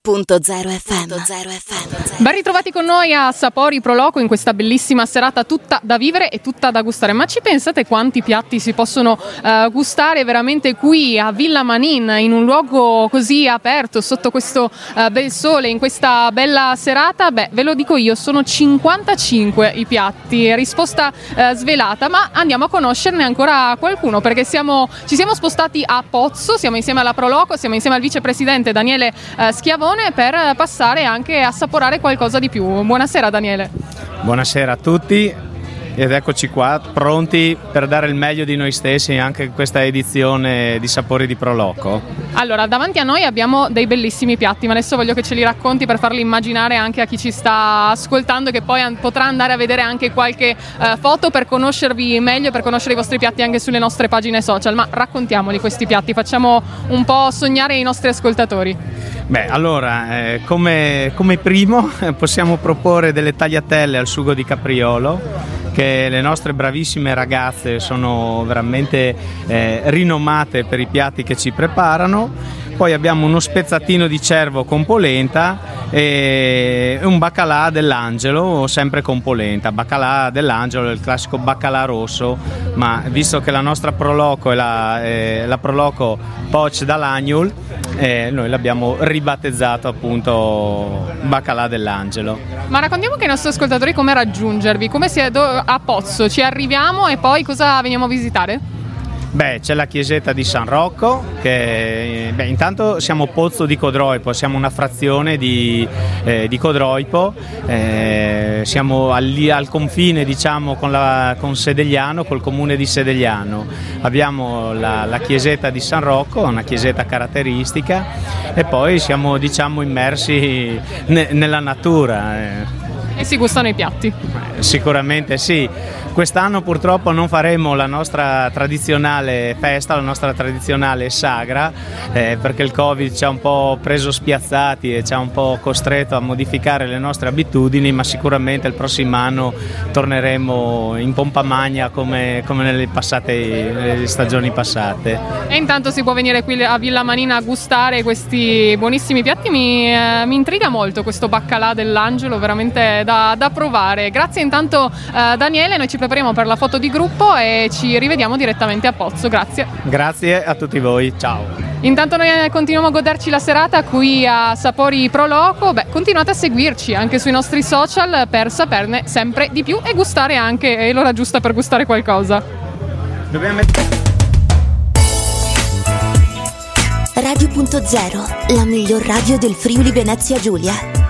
FM. Ben ritrovati con noi a Sapori Pro Loco in questa bellissima serata tutta da vivere e tutta da gustare. Ma ci pensate quanti piatti si possono gustare veramente qui a Villa Manin, in un luogo così aperto, sotto questo bel sole, in questa bella serata? Beh, ve lo dico io, sono 55 i piatti, risposta svelata, ma andiamo a conoscerne ancora qualcuno, perché ci siamo spostati a Pozzo, siamo insieme alla Pro Loco, siamo insieme al vicepresidente Daniele Schiavone per passare anche a assaporare qualcosa di più. Buonasera Daniele. Buonasera a tutti ed eccoci qua pronti per dare il meglio di noi stessi anche in questa edizione di Sapori di Pro Loco. Allora, davanti a noi abbiamo dei bellissimi piatti, ma adesso voglio che ce li racconti per farli immaginare anche a chi ci sta ascoltando, che poi potrà andare a vedere anche qualche foto per conoscervi meglio, per conoscere i vostri piatti anche sulle nostre pagine social. Ma raccontiamoli questi piatti, facciamo un po' sognare i nostri ascoltatori. Beh, allora, come primo possiamo proporre delle tagliatelle al sugo di capriolo, che le nostre bravissime ragazze sono veramente rinomate per i piatti che ci preparano. Poi abbiamo uno spezzatino di cervo con polenta e un baccalà dell'Angelo sempre con polenta. Baccalà dell'Angelo è il classico baccalà rosso, ma visto che la nostra Pro Loco è la Pro Loco Poch dall'Agnul, noi l'abbiamo ribattezzato appunto baccalà dell'Angelo. Ma raccontiamo che ai nostri ascoltatori come raggiungervi, come si è a Pozzo, ci arriviamo e poi cosa veniamo a visitare? Beh, c'è la chiesetta di San Rocco, che intanto siamo Pozzo di Codroipo, siamo una frazione di Codroipo, siamo al confine, diciamo, con Sedegliano, col comune di Sedegliano. Abbiamo la chiesetta di San Rocco, una chiesetta caratteristica, e poi siamo, diciamo, immersi nella natura. E si gustano i piatti? Sicuramente sì. Quest'anno purtroppo non faremo la nostra tradizionale festa, la nostra tradizionale sagra, perché il Covid ci ha un po' preso spiazzati e ci ha un po' costretto a modificare le nostre abitudini, ma sicuramente il prossimo anno torneremo in pompa magna come nelle stagioni passate. E intanto si può venire qui a Villa Manin a gustare questi buonissimi piatti. Mi intriga molto questo baccalà dell'Angelo, veramente da provare. Grazie intanto Daniele, noi ci prepariamo per la foto di gruppo e ci rivediamo direttamente a Pozzo. Grazie. Grazie a tutti voi, ciao. Intanto noi continuiamo a goderci la serata qui a Sapori Pro Loco. Continuate a seguirci anche sui nostri social per saperne sempre di più e gustare anche l'ora giusta per gustare qualcosa. Radio.0, la miglior radio del Friuli Venezia Giulia.